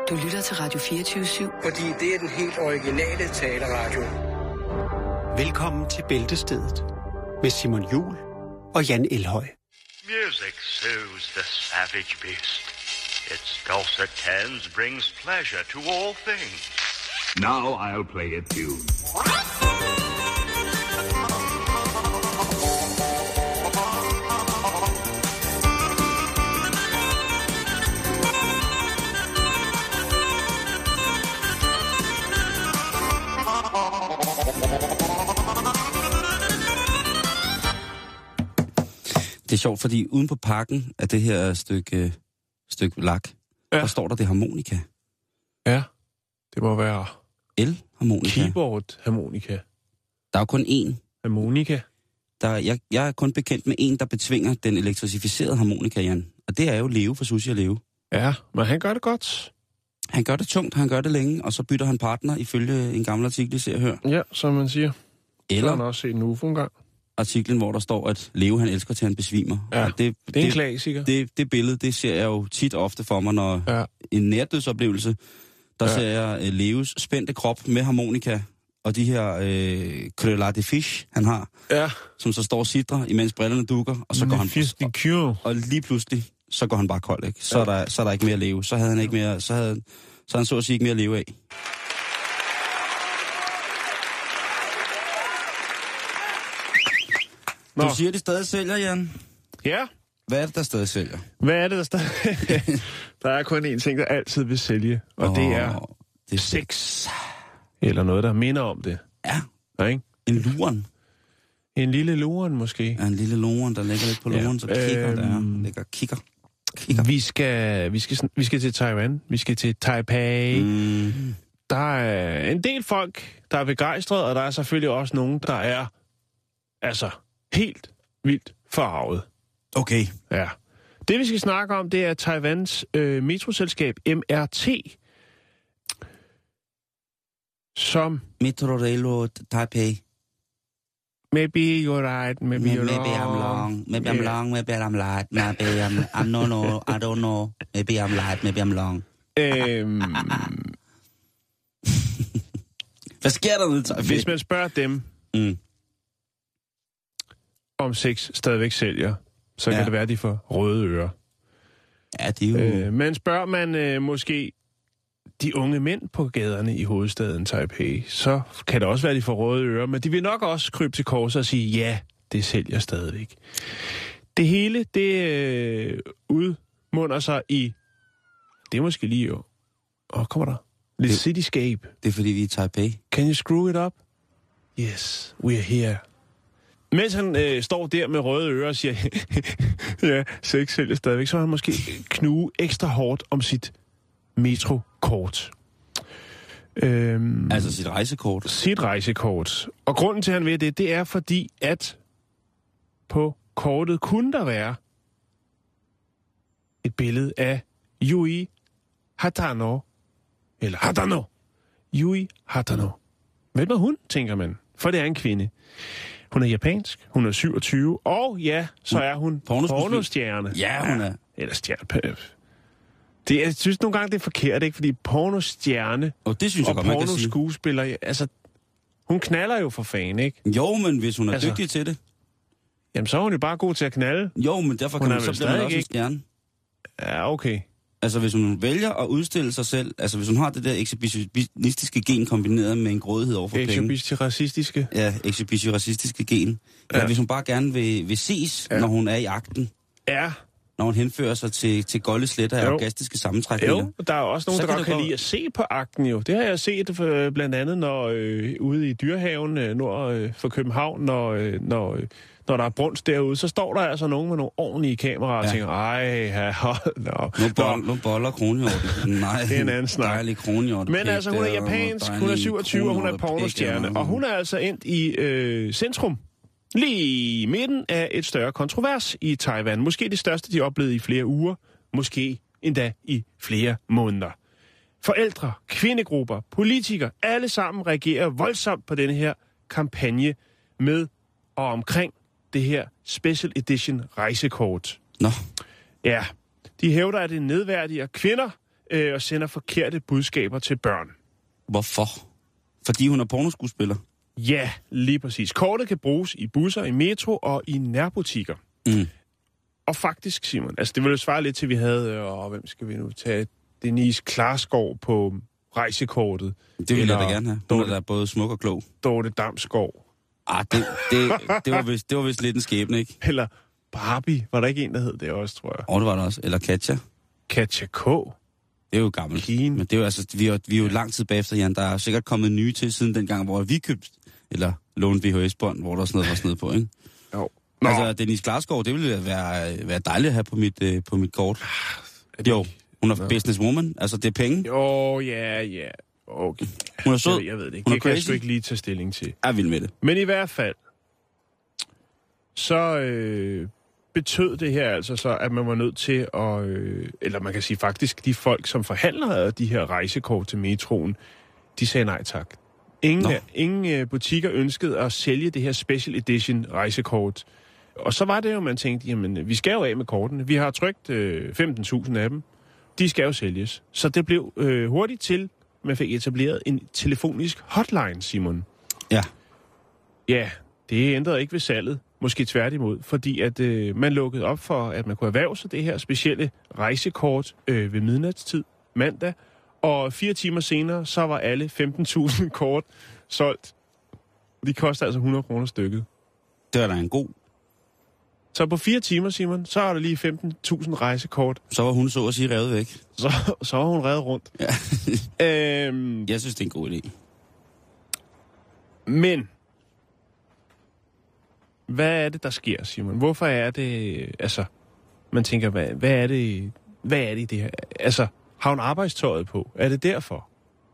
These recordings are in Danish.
Du lytter til Radio 24/7. Fordi det er den helt originale taleradio. Velkommen til Bæltestedet med Simon Juhl og Jan Elhøj. Music soothes the savage beast. Its dulcet tones brings pleasure to all things. Now I'll play a tune. Det er sjovt, fordi uden på pakken af det her stykke lak, der står der det harmonika. Ja, det må være El-harmonika. Keyboard-harmonika. Der er jo kun én. Harmonika. Jeg er kun bekendt med en, der betvinger den elektrificerede harmonika, Jan. Og det er jo Leo for Sushi og Leo. Ja, men han gør det godt. Han gør det tungt, han gør det længe, og så bytter han partner ifølge en gammel artikel, Se og Hør. Ja, som man siger. Eller så har han også set en UFO en gang. Artiklen, hvor der står, at Leo han elsker til han besvimer. Ja, og det er en klassiker. Det billede, det ser jeg jo tit ofte for mig, når en nærdødsoplevelse, der ser jeg Leos spændte krop med harmonika, og de her krøller de fish, han har, som så står og sidder, imens brillerne dukker, og så går han... Og lige pludselig, så går han bare kold, ikke? Så er der ikke mere Leo. Så havde han ikke mere... Så havde han så at sige ikke mere at leve af. Du siger, de stadig sælger, Jan? Ja. Hvad er det, der stadig sælger? Hvad er det, der stadig... Der er kun én ting, der altid vil sælge, og det er sex. Eller noget, der minder om det. Ja. Ikke? En luren. En lille luren, måske. Ja, en lille luren, der ligger lidt på luren, så kigger der. Ligger kigger. Vi skal til Taiwan. Vi skal til Taipei. Der er en del folk, der er begejstrede, og der er selvfølgelig også nogen, der er helt vildt forarvet. Okay. Ja. Det, vi skal snakke om, det er Taiwans metroselskab MRT, som... Metro Railroad Taipei. Maybe you're right, maybe you're wrong. Maybe I'm long, maybe I'm long, maybe I'm light, maybe I'm no, I don't know. Maybe I'm light, maybe I'm long. Hvad sker der nede? Hvis man spørger dem, om sex stadigvæk sælger, så kan det være, de får røde ører. Ja, det er jo... Men spørger man måske de unge mænd på gaderne i hovedstaden Taipei, så kan det også være, de får røde ører, men de vil nok også krybe til korset og sige, ja, det sælger stadigvæk. Det hele, det udmunder sig i... Det er måske lige jo... kommer der? Lidt cityscape. Det er fordi, vi er i Taipei. Can you screw it up? Yes, we're here. Mens han står der med røde ører og siger, ja, sex sælger stadigvæk, så har han måske knuge ekstra hårdt om sit metrokort. Altså sit rejsekort? Sit rejsekort. Og grunden til, at han ved det, det er fordi, at på kortet kunne der være et billede af Yui Hatano. Eller Hatano. Yui Hatano. Hvem er hun, tænker man? For det er en kvinde. Hun er japansk, hun er 27, og ja, så er hun pornostjerne. Ja, hun er. Eller stjerne. Jeg synes nogle gange, det er forkert, ikke? Fordi pornostjerne det synes jeg og godt, pornoskuespiller, altså, hun knaller jo for fan, ikke? Jo, men hvis hun er dygtig til det. Jamen, så er hun jo bare god til at knalde. Jo, men derfor kan hun så blive også en stjerne. Ja, okay. Altså, hvis hun vælger at udstille sig selv, altså hvis hun har det der ekshibitionistiske gen kombineret med en grådighed over for penge. Ekshibitionistiske? Ja, ekshibitionistiske gen. Ja. Hvis hun bare gerne vil ses, når hun er i akten. Ja. Når hun henfører sig til golde sletter af orgastiske sammentrækninger. Jo, der er også nogen, der godt kan lide at se på akten jo. Det har jeg set blandt andet, når ude i Dyrehaven nord for København, når der er brunst derude, så står der altså nogen med nogle ordentlige kameraer og tænker, Nu boller kronhjorten. Nej, det er en anden snak. Dejlig kronhjort. Men altså, hun er japansk, hun er 27, og hun er pornostjerne. Og hun er altså endt i centrum. Lige i midten af et større kontrovers i Taiwan. Måske det største, de oplevede i flere uger. Måske endda i flere måneder. Forældre, kvindegrupper, politikere, alle sammen reagerer voldsomt på denne her kampagne med og omkring det her Special Edition rejsekort. Nå. Ja, de hævder, at det nedværdiger kvinder, og sender forkerte budskaber til børn. Hvorfor? Fordi hun er pornoskuespiller? Ja, lige præcis. Kortet kan bruges i busser, i metro og i nærbutikker. Mm. Og faktisk, Simon, altså det ville jo svare lidt til, vi havde, hvem skal vi nu tage? Denise Klarskov på rejsekortet. Det ville jeg da gerne have. Hun er da både smuk og klog. Dorte Damsgaard. Det var vist lidt en skæbne, ikke? Eller Barbie. Var der ikke en, der hed det også, tror jeg? Det var der også. Eller Katja. Katja K. Det er jo gammelt. Keen. Men det er jo altså, vi er jo lang tid bagefter, Jan. Der er sikkert kommet nye til siden dengang, hvor vi købte, eller lånte VHS-bånd, hvor der var sådan noget på, ikke? Jo. Altså, Denise Klarskov, det ville være dejligt at have på mit kort. Jo, hun er businesswoman. Altså, det er penge. Jo, ja. Okay. Hun er sød. Jeg ved det ikke. Det kan jeg sgu ikke lige tage stilling til. Jeg er vild med det. Men i hvert fald, så betød det her altså så, at man var nødt til at... eller man kan sige faktisk, de folk, som forhandler de her rejsekort til metroen, de sagde nej tak. Ingen butikker ønskede at sælge det her special edition rejsekort. Og så var det jo, man tænkte, jamen, vi skal jo af med kortene. Vi har trykt 15.000 af dem. De skal jo sælges. Så det blev hurtigt til, man fik etableret en telefonisk hotline, Simon. Ja. Ja, det ændrede ikke ved salget. Måske tværtimod, fordi at man lukkede op for, at man kunne erhverve sig det her specielle rejsekort ved midnatstid mandag. Og 4 timer senere, så var alle 15.000 kort solgt. De koster altså 100 kroner stykket. Det var da en god. Så på 4 timer, Simon, så er der lige 15.000 rejsekort. Så var hun så at sige revet væk. Så var hun revet rundt. Ja. Jeg synes, det er en god idé. Men hvad er det, der sker, Simon? Hvorfor er det... Altså, man tænker, hvad er det i det her? Altså, har hun arbejdstøjet på? Er det derfor?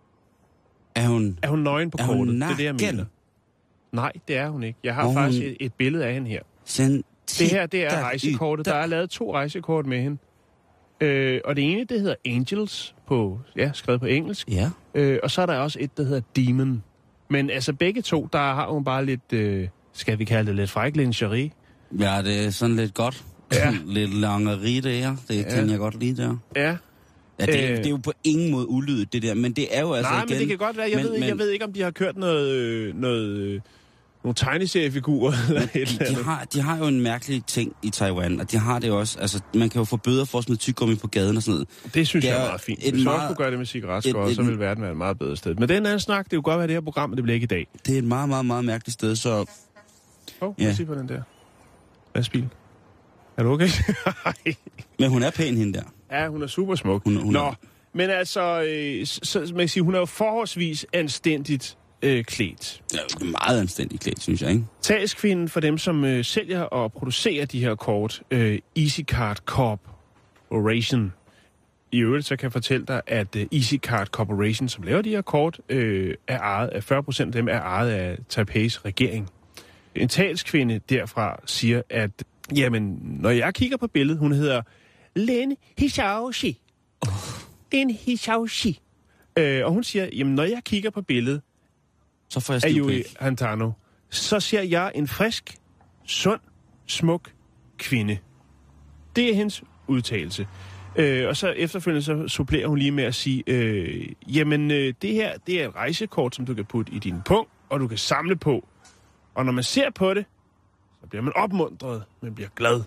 Er hun nøgen på kortet? Det er det, jeg mener. Nej, det er hun ikke. Jeg har faktisk et billede af hende her. Det her, det er rejsekortet. Der er lavet 2 rejsekort med hende. Og det ene, det hedder Angels, skrevet på engelsk. Ja. Og så er der også et, der hedder Demon. Men altså begge 2, der har hun bare lidt, skal vi kalde det lidt fræk lingerie. Ja, det er sådan lidt godt. Ja. Lidt lingerie det her. Det kan jeg godt lide der. Ja. Ja, det er jo på ingen måde ulydigt, det der. Men det er jo altså nej, igen... men det kan godt være. Jeg ved ikke, om de har kørt nogle tegneseriefigurer eller et eller andet. De har jo en mærkelig ting i Taiwan, og de har det også. Altså, man kan jo få bøder for at smide tyggegummi på gaden og sådan noget. Det synes jeg er meget fint. Hvis man kunne gøre det med cigaretskår, så ville verden være et meget bedre sted. Men den anden snak, det er jo godt være det her program, men det bliver ikke i dag. Det er et meget, meget, meget mærkeligt sted, så... Lad os se på den der. Lastbil. Er du okay? Men hun er pæn, hende der. Ja, hun er super smuk. Nå, men altså, så man kan sige, hun er jo forholdsvis anstændigt klædt. Ja, meget anstændigt klædt, synes jeg, ikke? Talskvinden for dem, som sælger og producerer de her kort, EasyCard Corporation. I øvrigt så kan jeg fortælle dig, at EasyCard Corporation, som laver de her kort, er ejet af 40% af dem er ejet af Taipeis regering. En talskvinde derfra siger, at jamen, når jeg kigger på billedet, hun hedder Lin Hisaoshi. Lin Hisaoshi. Og hun siger, jamen, når jeg kigger på billedet så får jeg af Yui Hantano, så ser jeg en frisk, sund, smuk kvinde. Det er hendes udtalelse. Og så efterfølgende så supplerer hun lige med at sige, jamen, det her, det er et rejsekort, som du kan putte i din pung, og du kan samle på. Og når man ser på det, så bliver man opmuntret, man bliver glad.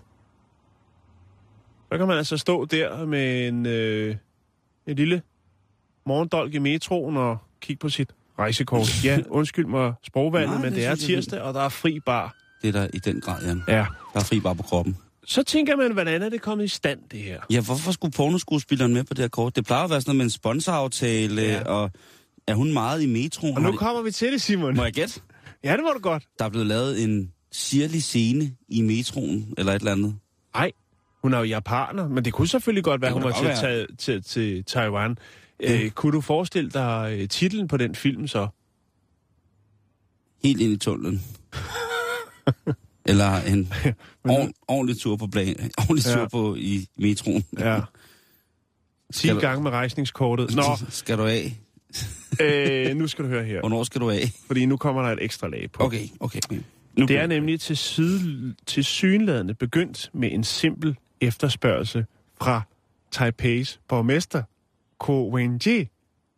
Så kan man altså stå der med en lille morgendolk i metroen og kigge på sit rejsekort. Ja, undskyld mig sprogvalget, men det er tirsdag, og der er fri bar. Det er der i den grad, Jan. Ja. Der er fri bar på kroppen. Så tænker man, hvordan er det kommet i stand, det her? Ja, hvorfor skulle pornoskuespilleren med på det her kort? Det plejer at være sådan noget med en sponsoraftale, og er hun meget i metroen? Og nu kommer vi til det, Simon. Må jeg gætte? Ja, det må du godt. Der er blevet lavet en sirlig scene i metroen, eller et eller andet. Nej, hun er jo japaner, men det kunne selvfølgelig godt være, hun var til Taiwan. Kunne du forestille dig titlen på den film så? Helt ind i tunnelen. Eller en ordentlig tur på tur på i metroen. Ja. 10 gange med rejsningskortet. Nå. Skal du af? Nu skal du høre her. Hvornår skal du af? Fordi nu kommer der et ekstra lag på. Okay. Det er nemlig til synladende begyndt med en simpel efterspørgsel fra Taipeis borgmester, Kowenji.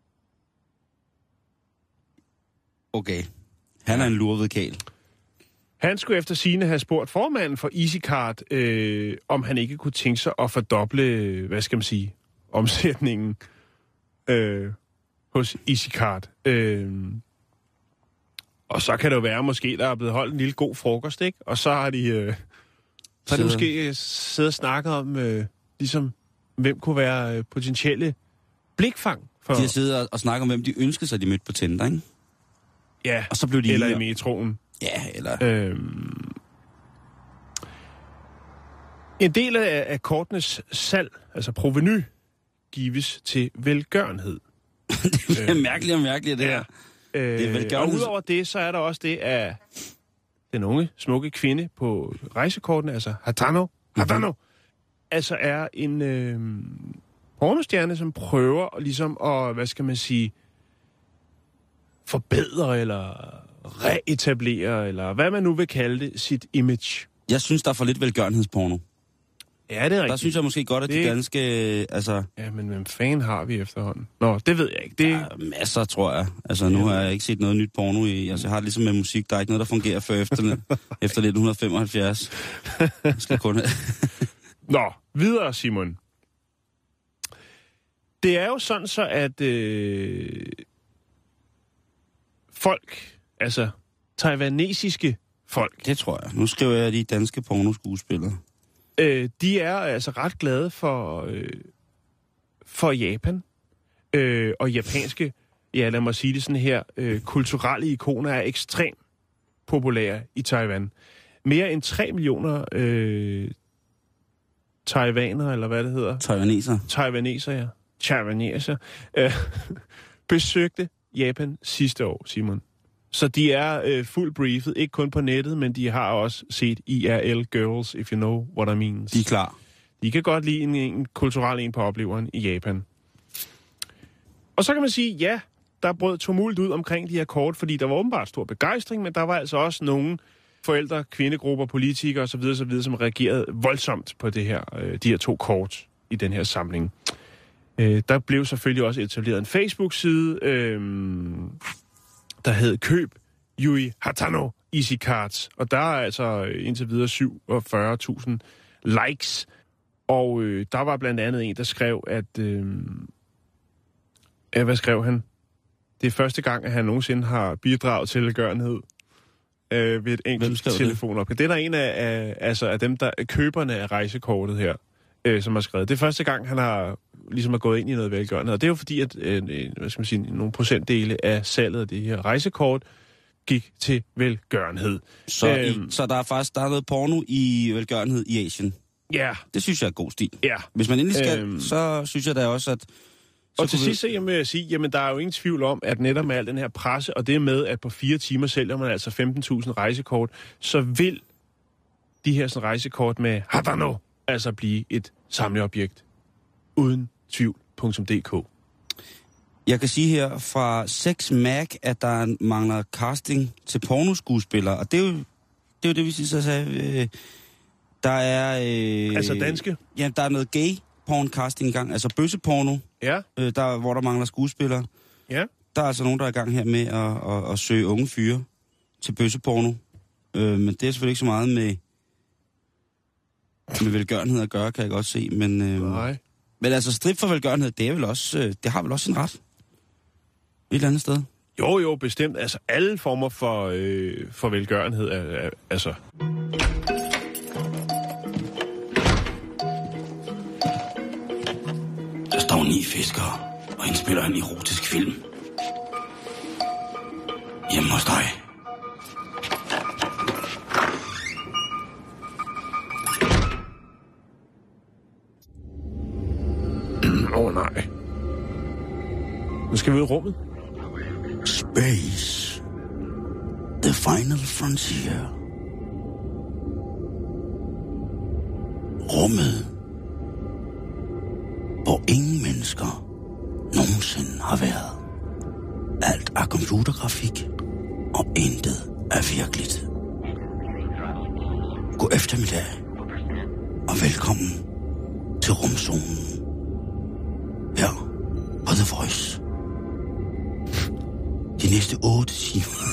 Okay. Han er en lurvet kæl. Han skulle efter sigende have spurgt formanden for EasyCard, om han ikke kunne tænke sig at fordoble, hvad skal man sige, omsætningen hos EasyCard. Og så kan det jo være, måske der er blevet holdt en lille god frokost, ikke? Og så har de, måske siddet og snakket om, ligesom, hvem kunne være potentielle blikfang. For... De har siddet og snakket om, hvem de ønskede sig, de mødte på Tinder, ikke? Ja, og så blev de eller i metroen. Ja, eller... En del af kortenes salg, altså provenu, gives til velgørenhed. Det er mærkeligt, det her. Og udover det, så er der også det af den unge, smukke kvinde på rejsekortene, altså Hatano, altså er en pornostjerne, som prøver ligesom at, hvad skal man sige, forbedre eller reetablere, eller hvad man nu vil kalde det, sit image. Jeg synes, der er for lidt velgørenhedsporno. Ja, det er rigtigt. Der synes jeg måske godt, at det ganske... Altså... Ja, men hvem fanden har vi efterhånden? Nå, det ved jeg ikke. Det... Ja, masser, tror jeg. Altså, nu har jeg ikke set noget nyt porno i... Altså, jeg har det ligesom med musik. Der er ikke noget, der fungerer før efter 1975. Jeg skal kun... Nå, videre, Simon. Det er jo sådan så, at folk, altså taiwanesiske folk... Det tror jeg. Nu skriver jeg de danske pornoskuespillere. De er altså ret glade for Japan. Og japanske, ja lad mig sige det sådan her, kulturelle ikoner er ekstremt populære i Taiwan. Mere end 3 millioner taiwanere, eller hvad det hedder. Taiwaneser, besøgte Japan sidste år, Simon. Så de er fuldt briefet, ikke kun på nettet, men de har også set IRL Girls, if you know what I mean. De er klar. De kan godt lide en kulturel en på opleveren i Japan. Og så kan man sige, ja, der brød tumult ud omkring de her kort, fordi der var åbenbart stor begejstring, men der var altså også nogle forældre, kvindegrupper, politikere osv., som reagerede voldsomt på det her, de her 2 kort i den her samling. Der blev selvfølgelig også etableret en Facebook-side, der hed Køb Yui Hatano Easy Cards. Og der er altså indtil videre 47.000 likes. Og der var blandt andet en, der skrev, at... hvad skrev han? Det er første gang, at han nogensinde har bidraget til velgørenhed ved et enkelt telefonopkald. Det er der en af dem, der køberne af rejsekortet her, som har skrevet. Det er første gang, han har ligesom gået ind i noget velgørenhed. Og det er jo fordi, at hvad skal man sige, nogle procentdele af salget af det her rejsekort gik til velgørenhed. Så der er faktisk noget porno i velgørenhed i Asien? Ja. Det synes jeg er god stil. Ja. Hvis man endelig skal, så synes jeg da også, at... Og til sidst så vil jeg sige, jamen der er jo ingen tvivl om, at netop med al den her presse, og det med, at på 4 timer sælger man altså 15.000 rejsekort, så vil de her sådan, rejsekort med Hatano altså blive et samleobjekt. Uden tvivl.dk. Jeg kan sige her fra 6 Mag, at der mangler casting til pornoskuespillere, og det er jo det, vi sidst sagde. Der er... altså danske? Ja, der er noget gay porn casting i gang, altså bøsseporno, ja. Hvor der mangler skuespillere. Ja. Der er altså nogen, der er i gang her med at søge unge fyre til bøsseporno. Men det er selvfølgelig ikke så meget med velgørenhed at gøre, kan jeg godt se. Men, nej. Men altså strip for velgørenhed, det har vel også en ret. Et eller andet sted. Jo, bestemt. Altså alle former for velgørenhed altså... Der står 9 fiskere og indspiller en erotisk film. Hjemme hos dig. Nej. Nu skal vi ud i rummet. Space. The final frontier. Rummet. Hvor ingen mennesker nogensinde har været. Alt er computergrafik, og intet er virkeligt. God eftermiddag, og velkommen til rumzonen. Her The Voice. De næste 8 timer.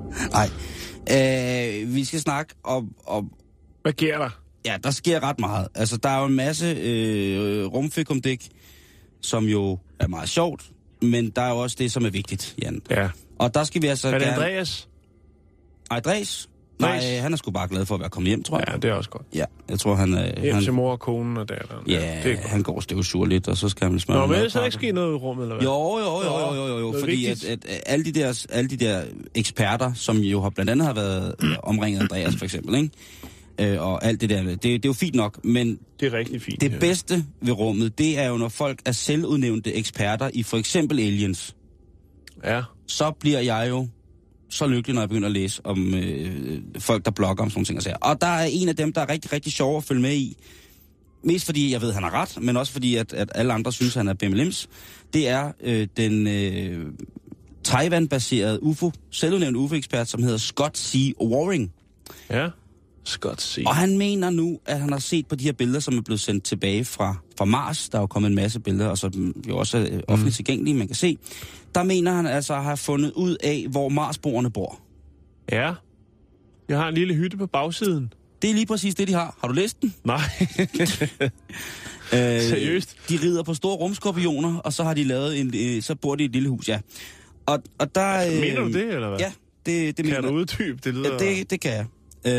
Nej. Vi skal snakke om... Hvad sker der? Ja, der sker ret meget. Altså, der er jo en masse rumfikumdik, som jo er meget sjovt, men der er jo også det, som er vigtigt, Jan. Ja. Og der skal vi altså gerne... gerne... Andreas? Andreas? Nej, han er sgu bare glad for at være kommet hjem, tror jeg. Ja, det er også godt. Ja, jeg tror, han er... Hjem til mor og konen og datteren. Ja, det han går støvsuger lidt, og så skal han smøre... Nå, men så ikke ske noget i rummet, eller hvad? Jo, fordi at alle de der eksperter, som jo har blandt andet har været omringet Andreas, for eksempel, ikke? Og alt det der, det er jo fint nok, men... Det er rigtig fint. Det bedste ved rummet, det er jo, når folk er selvudnævnte eksperter i for eksempel aliens. Ja. Så bliver jeg jo så lykkelig, når jeg begynder at læse om folk, der blogger om sådan nogle ting. Og der er en af dem, der er rigtig, rigtig sjov at følge med i. Mest fordi, jeg ved, han har ret, men også fordi, at alle andre synes, han er bimelims. Det er den Taiwan-baserede selvudnævnte UFO-ekspert, som hedder Scott C. Waring. Ja. Scott C. Og han mener nu, at han har set på de her billeder, som er blevet sendt tilbage fra Mars. Der er jo kommet en masse billeder, og så jo også offentligt tilgængelige, man kan se. Der mener han altså at have fundet ud af, hvor Marsboerne bor. Ja. Jeg har en lille hytte på bagsiden. Det er lige præcis det, de har. Har du læst den? Nej. Seriøst? De rider på store rumskorpioner, og så har de lavet så bor de i et lille hus, ja. Og der... Mener du det, eller hvad? Ja, det mener jeg. Kan du uddybe? Det lyder... Ja, det kan jeg.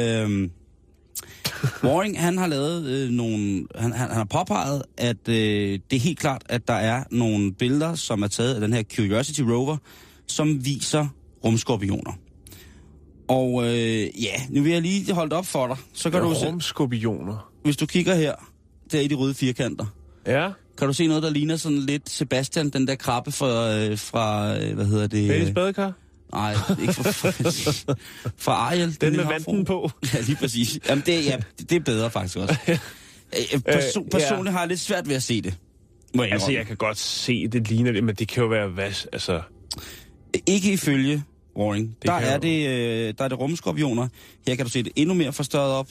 Waring, han har lavet han har påpeget, at det er helt klart, at der er nogle billeder, som er taget af den her Curiosity rover, som viser rumskorpioner. Og nu vil jeg lige holde op for dig. Så kan du se rumskorpioner. Hvis du kigger her, der i de røde firkanter. Ja. Kan du se noget, der ligner sådan lidt Sebastian, den der krabbe fra hvad hedder det? Fælles badekar? Nej, ikke fra Ariel. Den med vanten på. Ja, lige præcis. Jamen, det er bedre faktisk også. Personligt har jeg lidt svært ved at se det. Jeg kan godt se, det ligner det, men det kan jo være altså... Ikke ifølge Waring. Der er det rumskorpioner. Her kan du se det endnu mere forstørret op.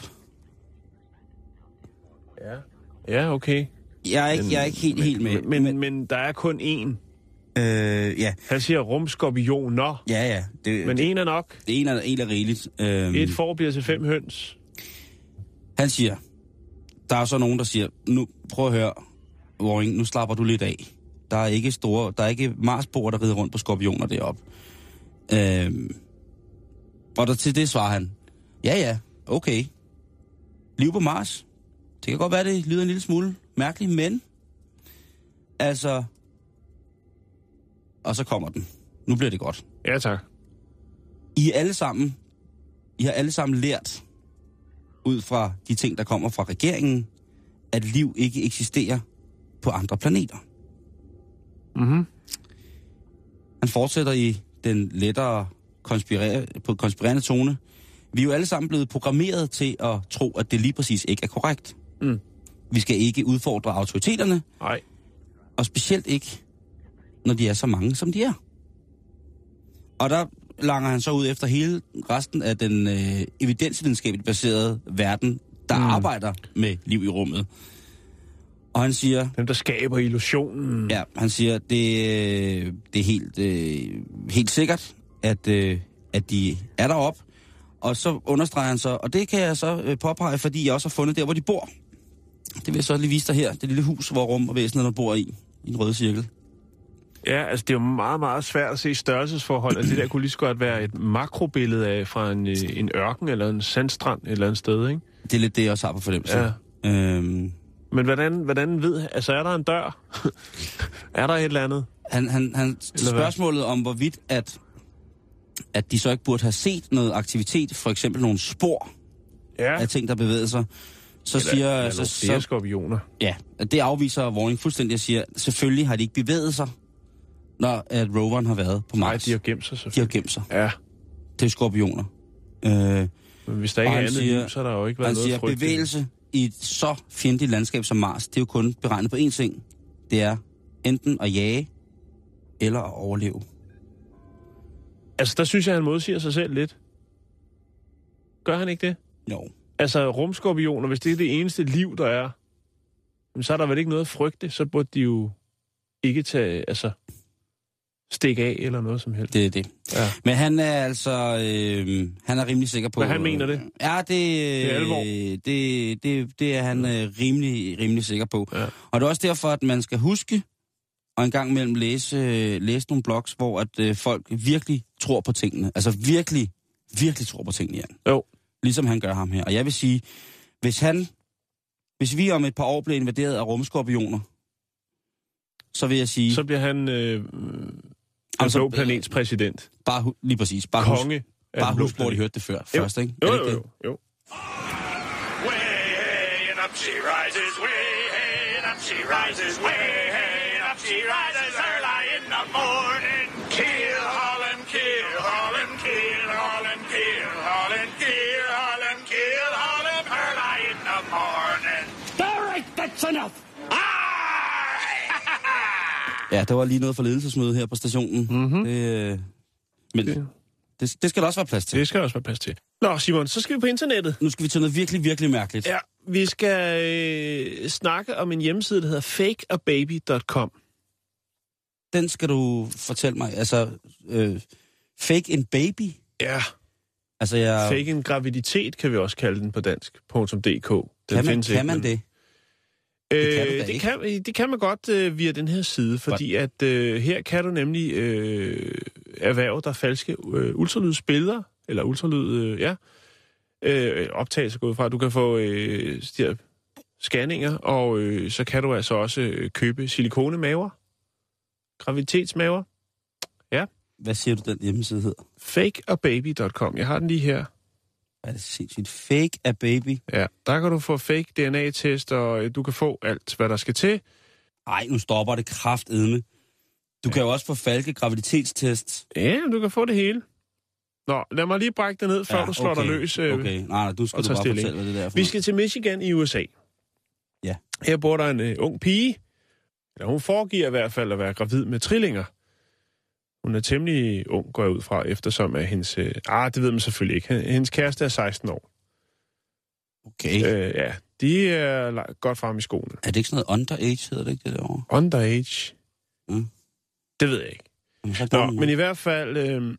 Ja, okay. Jeg er ikke helt med. Men der er kun én. Ja. Han siger rumskorpioner. Ja. Men en er nok. En er rigeligt. Et får bliver til 5 høns. Han siger, der er så nogen, der siger, nu prøv at høre, Waring, nu slapper du lidt af. Der er ikke Marsboer, der rider rundt på skorpioner deroppe. Og der til det svarer han, ja, okay. Liv på Mars. Det kan godt være, det lyder en lille smule mærkeligt, men altså... Og så kommer den. Nu bliver det godt. Ja, tak. I har alle sammen lært, ud fra de ting, der kommer fra regeringen, at liv ikke eksisterer på andre planeter. Mhm. Han fortsætter i den lettere konspirerende tone. Vi er jo alle sammen blevet programmeret til at tro, at det lige præcis ikke er korrekt. Mm. Vi skal ikke udfordre autoriteterne. Nej. Og specielt ikke, når de er så mange, som de er. Og der langer han så ud efter hele resten af den evidensvidenskabeligt baserede verden, der arbejder med liv i rummet. Og han siger... Dem, der skaber illusionen. Ja, han siger, det er helt sikkert, at de er deroppe. Og så understreger han så, og det kan jeg så påpege, fordi jeg også har fundet der, hvor de bor. Det vil jeg så lige vise dig her, det lille hus, hvor rum og væsenet bor i en rød cirkel. Ja, altså det er jo meget, meget svært at se størrelsesforhold. Altså, det der kunne lige så godt være et makrobillede af fra en ørken eller en sandstrand et eller andet sted, ikke? Det er lidt det, jeg også har på fornemmelse. Ja. Men hvordan ved... Altså, er der en dør? Er der et eller andet? Han spørgsmålet om, hvorvidt at de så ikke burde have set noget aktivitet, for eksempel nogle spor af ting, der bevæger sig, så siger... skorpioner. Ja, det afviser Waring fuldstændig og siger, selvfølgelig har de ikke bevæget sig, når at roveren har været på Mars. Nej, de har gemt sig selvfølgelig. De har gemt sig. Ja. Det er skorpioner. Men hvis der ikke er andet liv, så har der jo ikke været noget frygt. Han siger, bevægelse i et så fjendtligt landskab som Mars, det er jo kun beregnet på én ting. Det er enten at jage, eller at overleve. Altså, der synes jeg, han modsiger sig selv lidt. Gør han ikke det? Jo. Altså, rumskorpioner, hvis det er det eneste liv, der er, så er der vel ikke noget at frygte, så burde de jo ikke tage, altså... stikke af eller noget som helst. Det er det. Ja. Men han er altså... han er rimelig sikker på... Men han mener det? Ja, det er alvor. Det er han rimelig sikker på. Ja. Og det er også derfor, at man skal huske og en gang imellem læse nogle blogs, hvor at folk virkelig tror på tingene. Altså virkelig tror på tingene, Jan. Jo. Ligesom han gør ham her. Og jeg vil sige, hvis vi om et par år bliver invaderet af rumskorpioner, så vil jeg sige... Så bliver han den blå planets præsident. Lige præcis. Konge. Bare husk, hvor de hørte det før. Først, ikke? Jo. Way and up she rises, way and up she rises, way and up she rises early in the morning. Kill Holland, kill Holland, kill Holland, kill Holland, kill Holland, kill Holland early in the morning. All right, that's enough. Ja, der var lige noget for ledelsesmøde her på stationen. Mm-hmm. Men det skal der også være plads til. Det skal der også være plads til. Nå, Simon, så skal vi på internettet. Nu skal vi til noget virkelig, virkelig mærkeligt. Ja, vi skal snakke om en hjemmeside, der hedder fakeababy.com. Den skal du fortælle mig. Altså, fake en baby? Ja. Altså, fake en graviditet, kan vi også kalde den på dansk.dk. Kan man det? Det kan man godt via den her side, fordi at her kan du nemlig erhverve dig falske ultralydsbilleder, eller optagelser gå ud fra. Du kan få scanninger, og så kan du altså også købe silikonemaver, graviditetsmaver. Ja. Hvad siger du, den hjemmeside hedder? Fakeababy.com. Jeg har den lige her. Hvad er det sindssygt? Fake a baby? Ja, der kan du få fake DNA-test, og du kan få alt, hvad der skal til. Ej, nu stopper det kraftedme. Du kan jo også få falske graviditetstest. Ja, du kan få det hele. Nå, lad mig lige brække det ned, før du slår dig løs. Okay, nej, du skal bare fortælle, hvad det der er for. Vi skal til Michigan i USA. Ja. Her bor der en ung pige. Eller hun foregiver i hvert fald at være gravid med trillinger. Hun er temmelig ung, går jeg ud fra, eftersom at hendes... det ved man selvfølgelig ikke. Hendes kæreste er 16 år. Okay. Ja, de er godt frem i skoene. Er det ikke sådan noget underage, hedder det ikke det derovre? Underage? Mm. Det ved jeg ikke. Nå, men i hvert fald...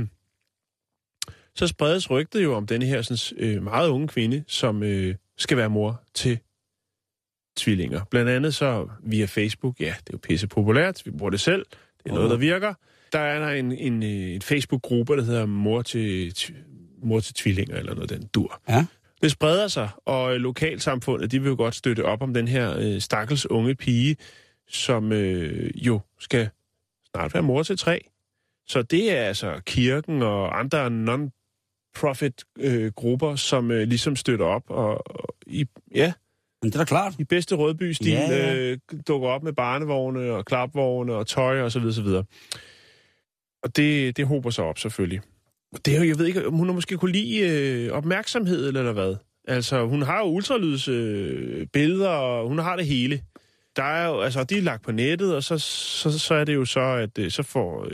så spredes rygtet jo om denne her sådan, meget unge kvinde, som skal være mor til tvillinger. Blandt andet så via Facebook. Ja, det er jo pisse populært. Vi bruger det selv. Det er noget, der virker. Der er der en Facebook-gruppe, der hedder mor til tvillinger, eller noget den dur. Ja. Det spreder sig, og lokalsamfundet, de vil jo godt støtte op om den her stakkels unge pige, som jo skal snart være mor til 3. Så det er altså kirken og andre non-profit grupper, som ligesom støtter op, og men det er da klart. I bedste Rødby-stil dukker op med barnevogne og klapvogne og tøj og så videre, så videre. Og det hober sig op, selvfølgelig. Det er jo, jeg ved ikke, om hun har måske kunne lide opmærksomhed eller hvad. Altså, hun har jo ultralydsbilleder, og hun har det hele. Der er jo, altså, de er lagt på nettet, og så er det jo så, at så får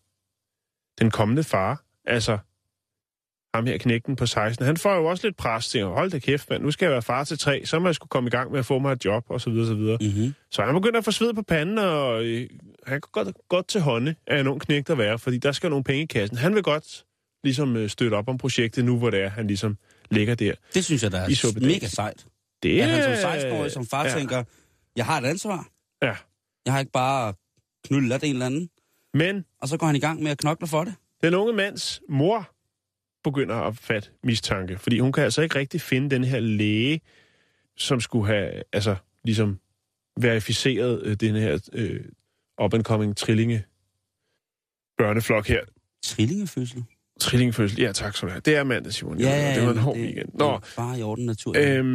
den kommende far, altså ham her knægten på 16, han får jo også lidt pres til, hold da kæft, mand, nu skal jeg være far til 3, så må jeg skulle komme i gang med at få mig et job, og så videre, så videre. Mm-hmm. Så han begynder at få sved på panden, og han kan godt til hånde af en ung knægt at være, fordi der skal nogle penge i kassen. Han vil godt ligesom støtte op om projektet nu, hvor det er, han ligesom ligger der. Det synes jeg, der er mega sejt. Det er han som 16-årig, som far tænker, jeg har et ansvar. Ja. Jeg har ikke bare knullet en eller anden. Men... Og så går han i gang med at knokle for det. Den unge mands mor begynder at opfatte mistanke, fordi hun kan altså ikke rigtig finde den her læge, som skulle have, altså, ligesom verificeret den her up-and-coming trillinge børneflok her. Trillingefødsel? Trillingefødsel, ja tak skal du have. Det er mandag, Simon. Ja, det var en hård weekend. Nå. Bare i orden natur.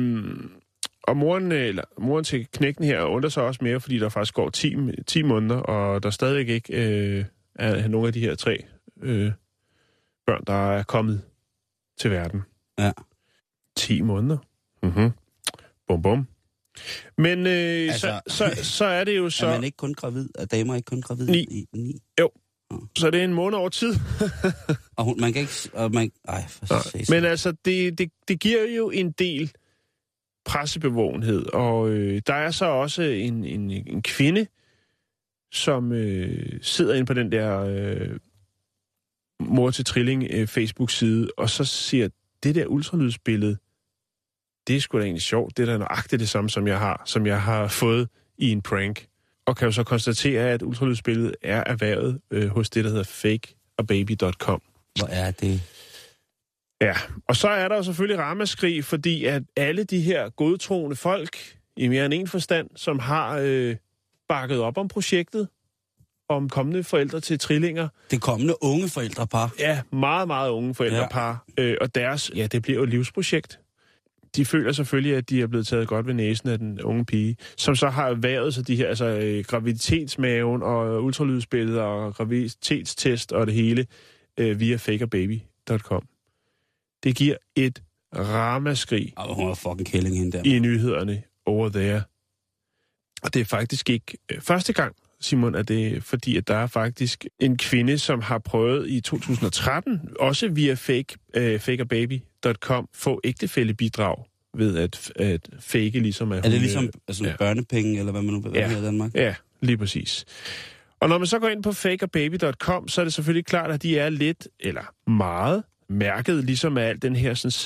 Og moren til knægten her undrer sig også mere, fordi der faktisk går 10 måneder, og der stadig ikke er nogen af de her 3 børn, der er kommet til verden. Ja. 10 måneder. Mhm. Bum, bum. Men altså, så er det jo så... Er man ikke kun gravid? Er damer ikke kun gravid? 9. 9? Jo. Så det er en måned over tid. Og man kan ikke... Men altså, det giver jo en del pressebevågenhed, og der er så også en kvinde, som sidder inde på den der mor til trilling Facebook-side, og så siger, det der ultralydsbillede, det er sgu da egentlig sjovt. Det er da nøjagtigt det samme, som jeg har fået i en prank. Og kan jo så konstatere, at ultralydsbilledet er erhvervet hos det, der hedder fakeababy.com. Hvor er det? Ja, og så er der jo selvfølgelig ramaskrig, fordi at alle de her godtroende folk, i mere end en forstand, som har bakket op om projektet, om kommende forældre til trillinger. Det kommende unge forældrepar. Ja, meget, meget unge forældrepar. Ja. Og deres, det bliver jo et livsprojekt. De føler selvfølgelig, at de er blevet taget godt ved næsen af den unge pige, som så har været så de her, graviditetsmaven og ultralydsbilleder og graviditetstest og det hele via fakeababy.com. Det giver et ramaskrig. Hun er fucking kælling hende der. I nyhederne over there. Og det er faktisk ikke første gang, Simon, at det er fordi, at der er faktisk en kvinde, som har prøvet i 2013, også via fakeababy.com, få ægtefællebidrag ved at fake ligesom at hun... Er det ligesom børnepenge, eller hvad man nu vil være i Danmark? Ja, lige præcis. Og når man så går ind på fakeababy.com, så er det selvfølgelig klart, at de er lidt, eller meget, mærket ligesom af al den her sådan...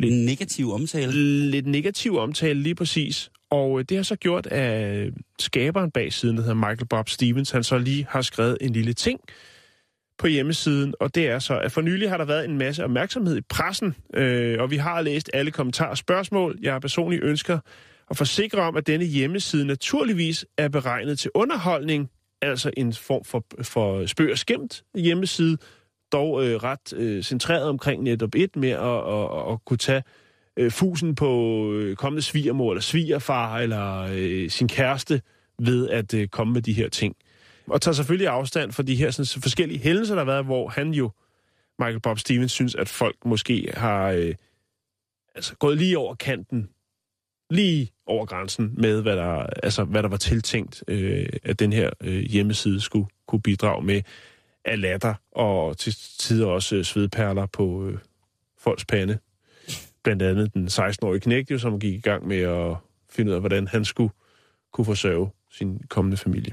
Lidt negativ omtale, lige præcis. Og det har så gjort, at skaberen bag siden, der hedder Michael Bob Stevens, han så lige har skrevet en lille ting på hjemmesiden, og det er så, at for nylig har der været en masse opmærksomhed i pressen, og vi har læst alle kommentarer og spørgsmål. Jeg personligt ønsker at forsikre om, at denne hjemmeside naturligvis er beregnet til underholdning, altså en form for spøg og skæmt hjemmeside, dog ret centreret omkring netop med at kunne tage fusen på kommende svigermor eller svigerfar eller sin kæreste ved at komme med de her ting. Og tager selvfølgelig afstand for de her sådan, forskellige hændelser, der har været, hvor han jo, Michael Bob Stevens, synes, at folk måske har gået lige over kanten, lige over grænsen med, hvad der var tiltænkt, at den her hjemmeside skulle kunne bidrage med af latter og til tider også svedperler på folks pande. Blandt andet den 16-årige knægt, som gik i gang med at finde ud af, hvordan han skulle kunne forsørge sin kommende familie.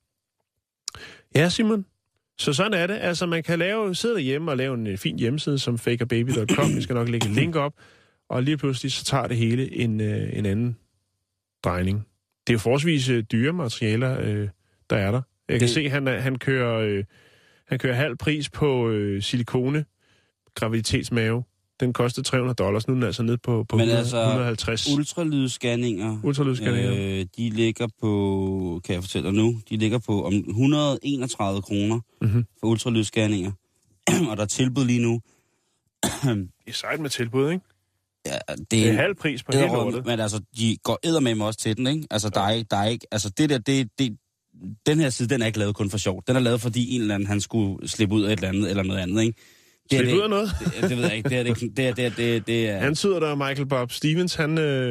Ja, Simon. Så sådan er det. Altså, man kan sidde derhjemme og lave en fin hjemmeside som fakeababy.com. Vi skal nok lægge et link op. Og lige pludselig så tager det hele en anden drejning. Det er jo forholdsvis dyre materialer, der er der. Jeg kan se, at han kører halv pris på silikone graviditetsmave. Den kostede $300. Nu er den altså nede på 150. Ultralydsscanninger, de ligger på, kan jeg fortælle dig nu, de ligger på om 131 kroner for ultralydsscanninger. Og der er tilbud lige nu. Det er sejt med tilbud, ikke? Ja, det er halv pris på hele lortet. Men altså, de går eddermame også til den, ikke? Altså, der er ikke, altså det der, den her side, den er ikke lavet kun for sjov. Den er lavet, fordi en eller anden, han skulle slippe ud af et eller andet, eller noget andet, ikke? Slippe ud af noget? Det ved jeg ikke. Det er... Han sidder der, Michael Bob Stevens, han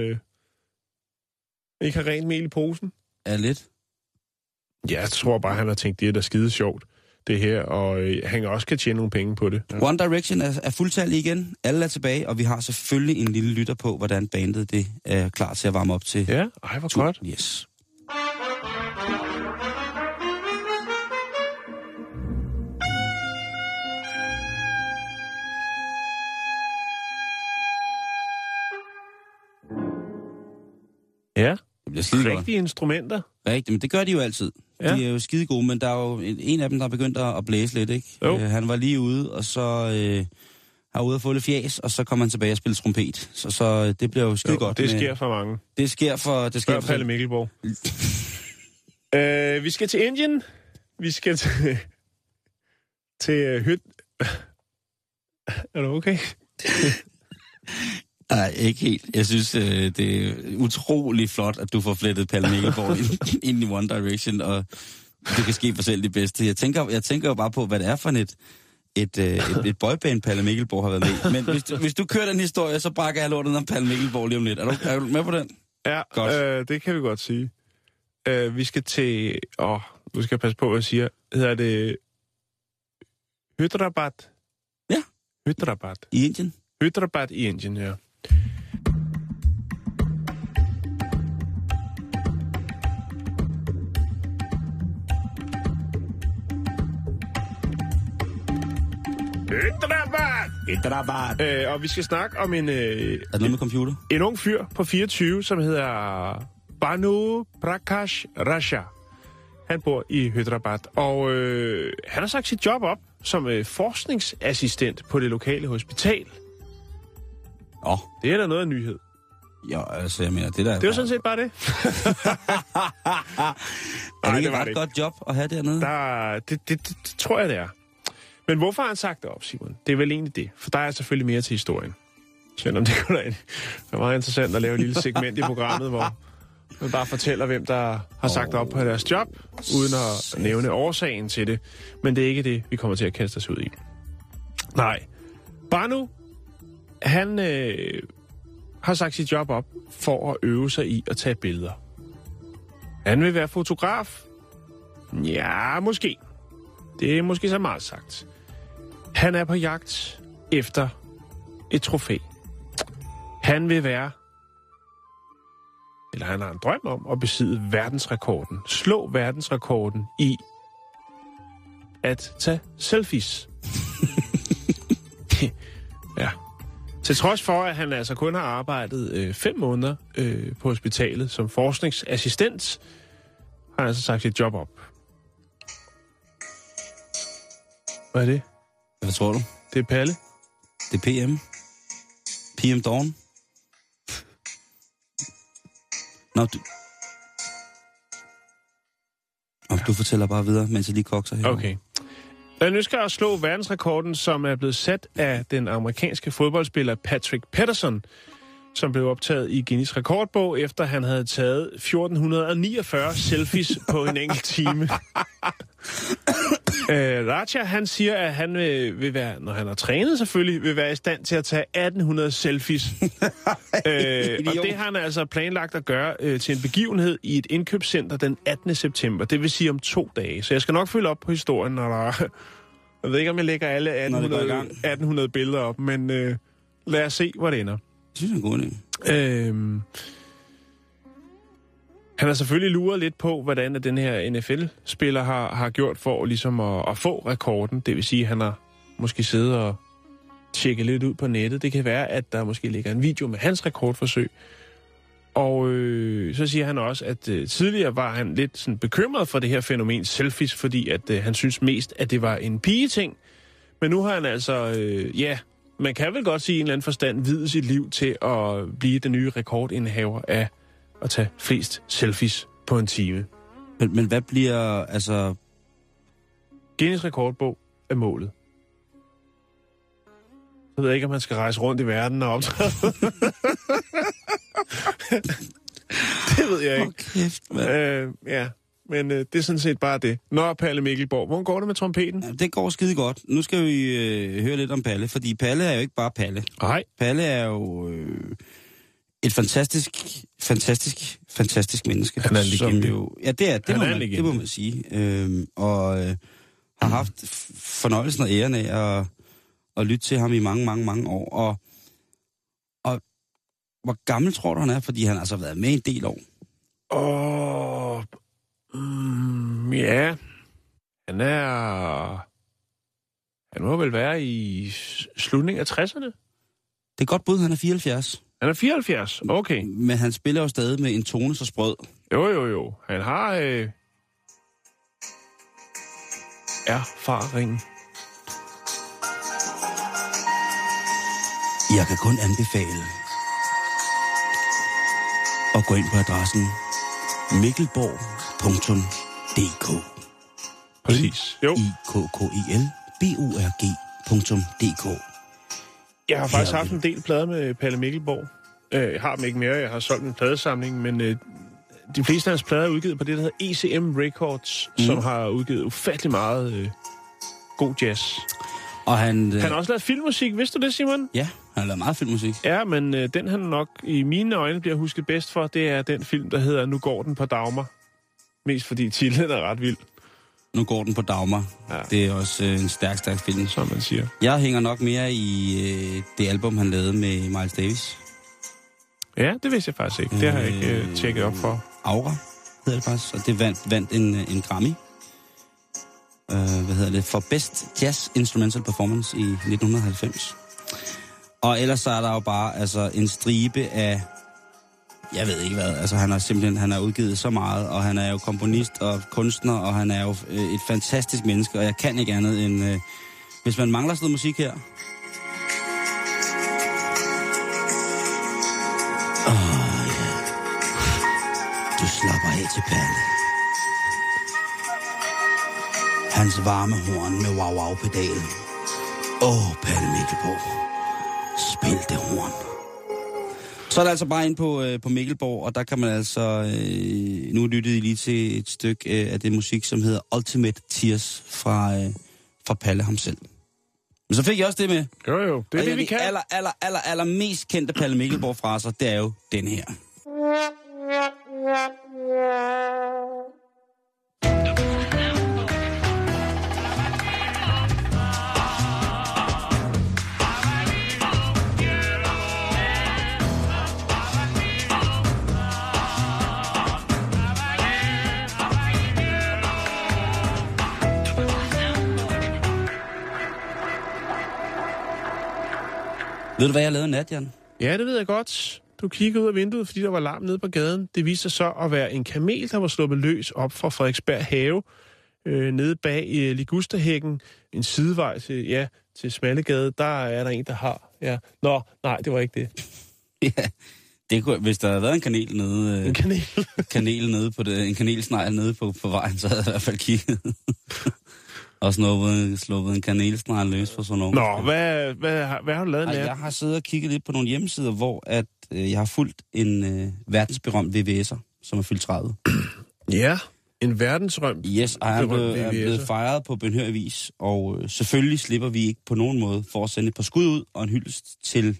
ikke har rent mel i posen. Ja, lidt. Ja, jeg tror bare, han har tænkt, det er da skide sjovt, det her, og han også kan tjene nogle penge på det. Ja. One Direction er fuldtallig igen. Alle er tilbage, og vi har selvfølgelig en lille lytter på, hvordan bandet det er klar til at varme op til. Ja, hvor godt. Yes. Ja, rigtige instrumenter. Rigtigt, men det gør de jo altid. Ja. De er jo skide gode, men der er jo en af dem, der er begyndt at blæse lidt, ikke? Han var lige ude, og så har ude at få lidt fjæs, og så kommer han tilbage og spiller trompet. Så det bliver jo skide godt. Det sker for mange. Det sker for Palle Mikkelborg. Vi skal til Indien. Vi skal til Hyt. Er du okay? Nej, ikke helt. Jeg synes, det er utrolig flot, at du får flettet Palle Mikkelborg ind i One Direction, og det kan ske for selv det bedste. Jeg tænker jo bare på, hvad det er for et boyband, Palle Mikkelborg har været med. Men hvis du kører den historie, så brækker jeg lortet om Palle Mikkelborg lige om lidt. Er du med på den? Ja, det kan vi godt sige. Vi skal til... nu skal jeg passe på, hvad jeg siger. Hedder det... Hyderabad? Ja. Hyderabad. I Indien? Hyderabad i Indien, ja. Hyderabad! Og vi skal snakke om en... Er det noget med computer? En ung fyr på 24, som hedder Banu Prakash Raja. Han bor i Hyderabad, og han har sagt sit job op som forskningsassistent på det lokale hospital. Det er da noget af nyhed. Ja, altså, jeg mener, det der... Det var sådan set bare det. Er det ikke et ret godt job at have dernede? Det tror jeg, det er. Men hvorfor har han sagt det op, Simon? Det er vel egentlig det, for der er selvfølgelig mere til historien. Selvom det kunne være meget interessant at lave et lille segment i programmet, hvor man bare fortæller, hvem der har sagt op på deres job, uden at nævne årsagen til det. Men det er ikke det, vi kommer til at kaste os ud i. Nej. Banu, han har sagt sit job op for at øve sig i at tage billeder. Han vil være fotograf? Ja, måske. Det er måske så meget sagt. Han er på jagt efter et trofæ. Han vil være, eller han har en drøm om at besidde verdensrekorden. Slå verdensrekorden i at tage selfies. Ja. Til trods for, at han altså kun har arbejdet 5 måneder på hospitalet som forskningsassistent, har han altså sagt sit job op. Hvad er det? Hvad tror du? Det er Palle. Det er PM. PM Dawn. Nå, du fortæller bare videre, mens jeg lige kokser her. Okay. Han ønsker at slå verdensrekorden, som er blevet sat af den amerikanske fodboldspiller Patrick Patterson, som blev optaget i Guinness rekordbog, efter han havde taget 1449 selfies på en enkelt time. Raja, han siger, at han vil være, når han har trænet selvfølgelig, vil være i stand til at tage 1800 selfies. Og det har han altså planlagt at gøre til en begivenhed i et indkøbscenter den 18. september. Det vil sige om 2 dage. Så jeg skal nok følge op på historien, når der... Jeg ved ikke, om jeg lægger alle 1800 billeder op, men lad os se, hvor det ender. Det synes jeg er en god idé. Han har selvfølgelig luret lidt på, hvordan den her NFL-spiller har gjort for ligesom at få rekorden. Det vil sige, at han har måske siddet og tjekket lidt ud på nettet. Det kan være, at der måske ligger en video med hans rekordforsøg. Og så siger han også, at tidligere var han lidt sådan bekymret for det her fænomen selfies, fordi at han synes mest, at det var en pigeting. Men nu har han altså, man kan vel godt sige i en eller anden forstand, videt sit liv til at blive den nye rekordindehaver af at tage flest selfies på en time. Men hvad bliver, altså... Guinness rekordbog er målet. Så ved jeg ikke, om man skal rejse rundt i verden og optræde. Det ved jeg ikke. Kæft, ja, men det er sådan set bare det. Nå, Palle Mikkelborg, hvordan går det med trompeten? Ja, det går skide godt. Nu skal vi høre lidt om Palle, fordi Palle er jo ikke bare Palle. Nej. Palle er jo et fantastisk menneske. Han er en legende. Ja, det må man sige. Og har haft fornøjelsen og æren af at lytte til ham i mange år. Og hvor gammel tror du, han er? Fordi han altså har været med en del år. Ja. Han må vel være i slutningen af 60'erne? Det er godt bud, han er 74. Han er 74, okay. Men han spiller jo stadig med en tone så sprød. Jo. Han har erfaring. Jeg kan kun anbefale at gå ind på adressen mikkelborg.dk. Præcis. Jo. mikkelborg.dk. Jeg har faktisk haft en del plader med Palle Mikkelborg. Jeg har dem ikke mere, jeg har solgt en pladesamling, men de fleste af hans plader er udgivet på det, der hedder ECM Records, som har udgivet ufattelig meget god jazz. Og han har også lavet filmmusik, vidste du det, Simon? Ja, han har lavet meget filmmusik. Ja, men den han nok i mine øjne bliver husket bedst for, det er den film, der hedder Nu går den på Dagmar. Mest fordi titlen er ret vild. Nu går den på Dagmar. Ja. Det er også en stærk film. Som man siger. Jeg hænger nok mere i det album, han lavede med Miles Davis. Ja, det vidste jeg faktisk ikke. Det har jeg ikke tjekket op for. Aura hedder det faktisk, og det vandt en Grammy. for Best Jazz Instrumental Performance i 1990. Og ellers så er der jo bare altså en stribe af, jeg ved ikke hvad, altså han har udgivet så meget, og han er jo komponist og kunstner, og han er jo et fantastisk menneske, og jeg kan ikke andet end, hvis man mangler sådan noget musik her. Du slapper af til Palle. Hans varme horn med wow-wow-pedalen. Palle Mikkelborg. Spil det horn. Så er der altså bare ind på Mikkelborg, og der kan man altså... nu lyttede I lige til et stykke af det musik, som hedder Ultimate Tears fra Palle ham selv. Men så fik jeg også det med. Jo, det er det, vi kan. Aller mest kendte Palle Mikkelborg-fraser, det er jo den her. Ved du, hvad jeg lavede nat, Jan? Ja, det ved jeg godt. Du kiggede ud af vinduet, fordi der var larm nede på gaden. Det viste sig så at være en kamel, der var sluppet løs op fra Frederiksberg Have, nede bag Ligusterhækken, en sidevej til Smallegade. Der er der en, der har... Ja. Nå, nej, det var ikke det. Ja, det kunne, hvis der havde været en kanel nede... En kanel? En kanelsnegl nede på vejen, så havde jeg i hvert fald kigget. Og sluppet en kanelsnegl løs for sådan noget. Nå, hvad har du lavet? Jeg har siddet og kigget lidt på nogle hjemmesider, hvor at, jeg har fulgt en verdensberømt VVS'er, som er fyldt 30. Ja, en verdensberømt. Yes, og han er blevet fejret på Benhør Avis, og selvfølgelig slipper vi ikke på nogen måde for at sende et par skud ud og en hyldest til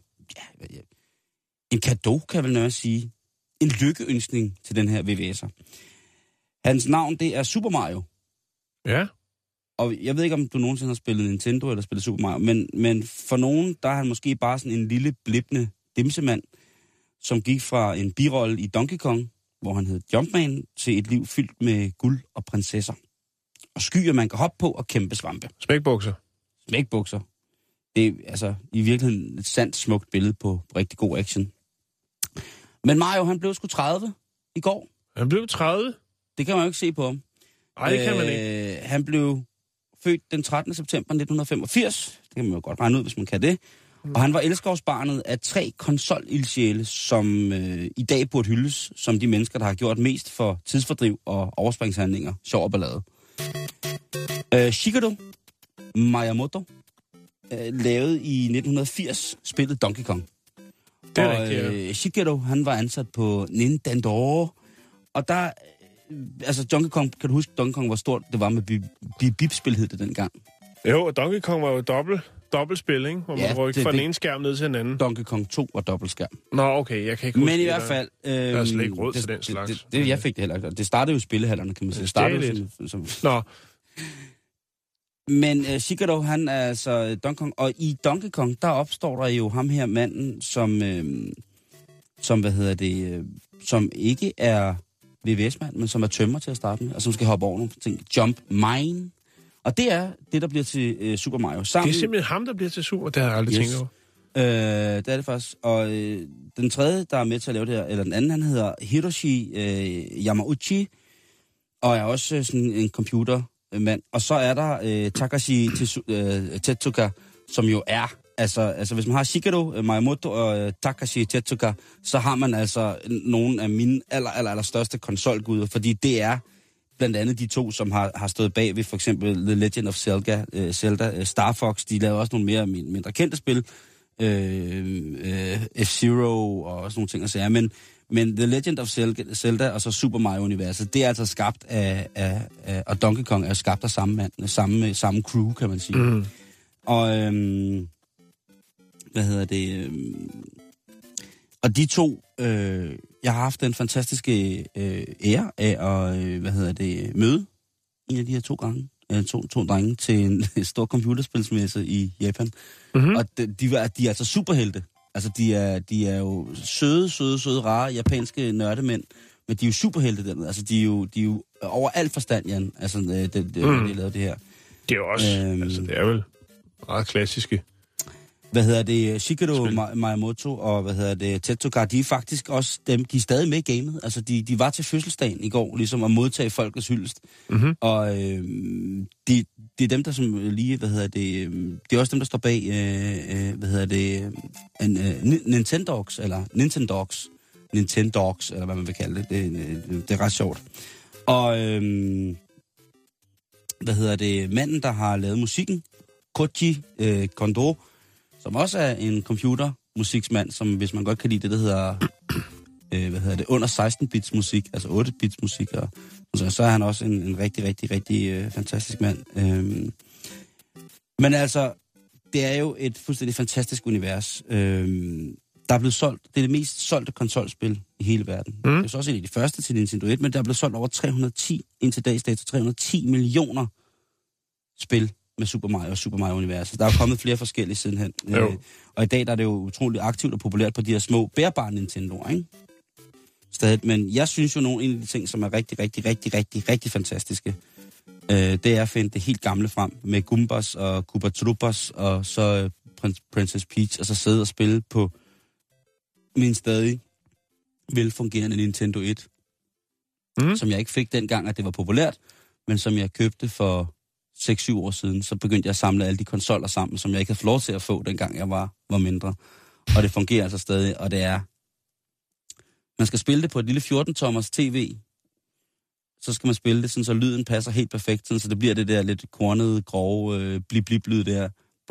en cadeau, kan jeg vel nøje sige. En lykkeønskning til den her VVS'er. Hans navn, det er Super Mario. Ja. Og jeg ved ikke, om du nogensinde har spillet Nintendo eller spillet Super Mario, men for nogen, der er han måske bare sådan en lille, blippende dimsemand, som gik fra en birolle i Donkey Kong, hvor han hed Jumpman, til et liv fyldt med guld og prinsesser. Og skyer, man kan hoppe på og kæmpe svampe. Smækbukser. Det er altså i virkeligheden et sandt, smukt billede på rigtig god action. Men Mario, han blev sgu 30 i går. Han blev 30? Det kan man jo ikke se på ham. Nej, det kan man ikke. Han blev født den 13. september 1985. Det kan man jo godt regne ud, hvis man kan det. Og han var elskovsbarnet af 3 konsolildsjæle, som i dag burde hyldes som de mennesker, der har gjort mest for tidsfordriv og overspringshandlinger, sjov og ballade. Shigeru Miyamoto lavede i 1980 spillet Donkey Kong. Det er rigtigt, ja. Shigeru, han var ansat på Nintendo, og der... Altså, Donkey Kong, kan du huske, Donkey Kong, hvor stort det var med bip-spil, hed det dengang? Jo, og Donkey Kong var jo dobbeltspil, ikke? Hvor man rykkede fra den ene skærm ned til den anden. Donkey Kong 2 var dobbeltskærm. Nå, okay, jeg kan ikke huske. Men i hvert fald... der er slet ikke råd til den slags. Jeg fik det heller ikke. Det startede jo i spillehallerne, kan man sige. Det startede som... Nå. Men Shigeru, han er altså Donkey Kong, og i Donkey Kong, der opstår der jo ham her manden, som ikke er VVS-mand, men som er tømmer til at starte med, og som skal hoppe over nogle ting. Jump Mine. Og det er det, der bliver til Super Mario. Sammen, det er simpelthen ham, der bliver til Super, det har jeg aldrig tænkt over. Det er det faktisk. Og den tredje, der er med til at lave det her, eller den anden, han hedder Hiroshi Yamauchi, og er også sådan en computermand. Og så er der Takashi Tezuka, som jo er, altså hvis man har Shigeru Miyamoto og Takashi Tezuka, så har man altså nogle af mine aller største konsolguder, fordi det er blandt andet de to, som har stået bag ved for eksempel The Legend of Zelda, Star Fox, de lavede også nogle mindre kendte spil, F-Zero og sådan nogle ting at sige. Men The Legend of Zelda og så Super Mario-universet, det er altså skabt af og Donkey Kong er skabt af samme mand, samme crew, kan man sige. Mm. Og og de to, jeg har haft den fantastiske ære af at, møde en af de her 2 gange. To drenge til en stor computerspilsmesse i Japan. Mm-hmm. Og de er altså superhelte. Altså, de er jo søde, rare japanske nørdemænd, men de er jo superhelte dernede. Altså, de er jo over alt forstand, Jan, altså, de lavede det her. Det er jo også, altså det er vel meget klassiske. Shigeru Miyamoto og Tetsuka, de er faktisk også dem, de er stadig med i gamet. Altså, de var til fødselsdagen i går, ligesom at modtage folkets hyldest. Mm-hmm. Og det er dem, der som lige, det er også dem, der står bag, Nintendogs, eller hvad man vil kalde det. Det er ret sjovt. Og, manden, der har lavet musikken, Koji Kondo, som også er en computermusiksmand, som hvis man godt kan lide det, der hedder, under 16-bits musik, altså 8-bits musik, og så er han også en rigtig, rigtig, rigtig fantastisk mand. Men altså, det er jo et fuldstændig fantastisk univers. Der er blevet solgt, det er det mest solgte konsolspil i hele verden. Det er så også en af de første til Nintendo 1, men der er blevet solgt over 310 millioner spil med Super Mario og Super Mario-universet. Der er jo kommet flere forskellige sidenhen. Og i dag der er det jo utroligt aktivt og populært på de her små, bærbare Nintendo'er, ikke? Stadig. Men jeg synes jo, en af de ting, som er rigtig, rigtig, rigtig, rigtig, rigtig fantastiske, det er at finde det helt gamle frem med Goombas og Koopa Troopas og så Princess Peach, og så sidde og spille på min stadig velfungerende Nintendo 1, som jeg ikke fik dengang, at det var populært, men som jeg købte for 6-7 år siden, så begyndte jeg at samle alle de konsoller sammen, som jeg ikke havde fået lov til at få, dengang jeg var mindre. Og det fungerer altså stadig, og det er... Man skal spille det på et lille 14-tommers tv, så skal man spille det, sådan, så lyden passer helt perfekt, sådan, så det bliver det der lidt kornede, grove, blip-blip-lyd der.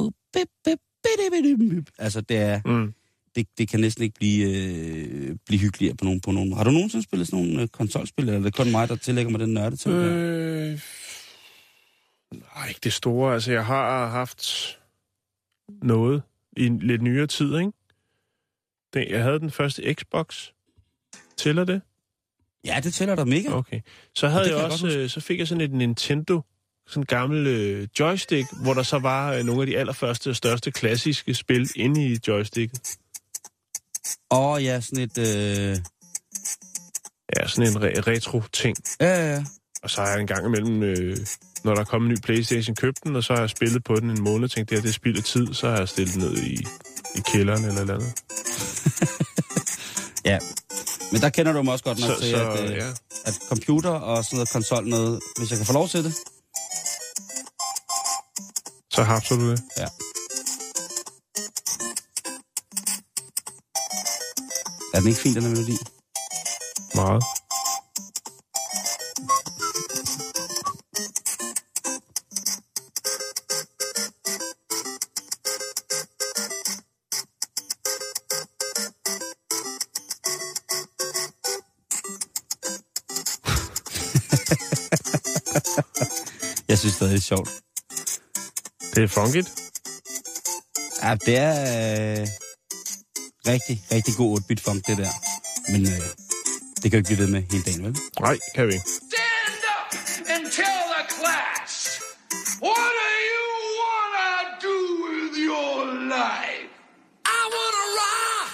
Altså, det er... Det kan næsten ikke blive hyggeligere på nogen. Har du nogensinde spillet sådan nogle konsolspil, eller er det kun mig, der tillægger mig den nørde til det? Nej, ikke det store. Altså, jeg har haft noget i en lidt nyere tid, ikke? Jeg havde den første Xbox. Tæller det? Ja, det tæller da mega. Okay. Så havde jeg også, så fik jeg sådan et Nintendo, sådan en gammel joystick, hvor der så var nogle af de allerførste og største klassiske spil inde i joysticket. Ja, sådan et... Ja, sådan en retro-ting. Ja. Og så har jeg en gang imellem, når der er kommet en ny PlayStation, købt den, og så har jeg spillet på den en måned, og tænkt, det er spild af tid, så har jeg stillet ned i kælderen eller andet. Ja, men der kender du mig også godt nok til, at computer og sådan noget konsol noget, hvis jeg kan få lov til det. Så hapser du det? Ja. Er den ikke fin, den her melodi? Meget. Jeg synes det er sjovt. Det er funky. Ja, det er rigtig, rigtig god 8-bit funk, det der. Men det kan jo ikke blive ved med hele dagen, vel? Nej, kan vi ikke. Stand up and tell the class, what do you wanna do with your life? I wanna rock!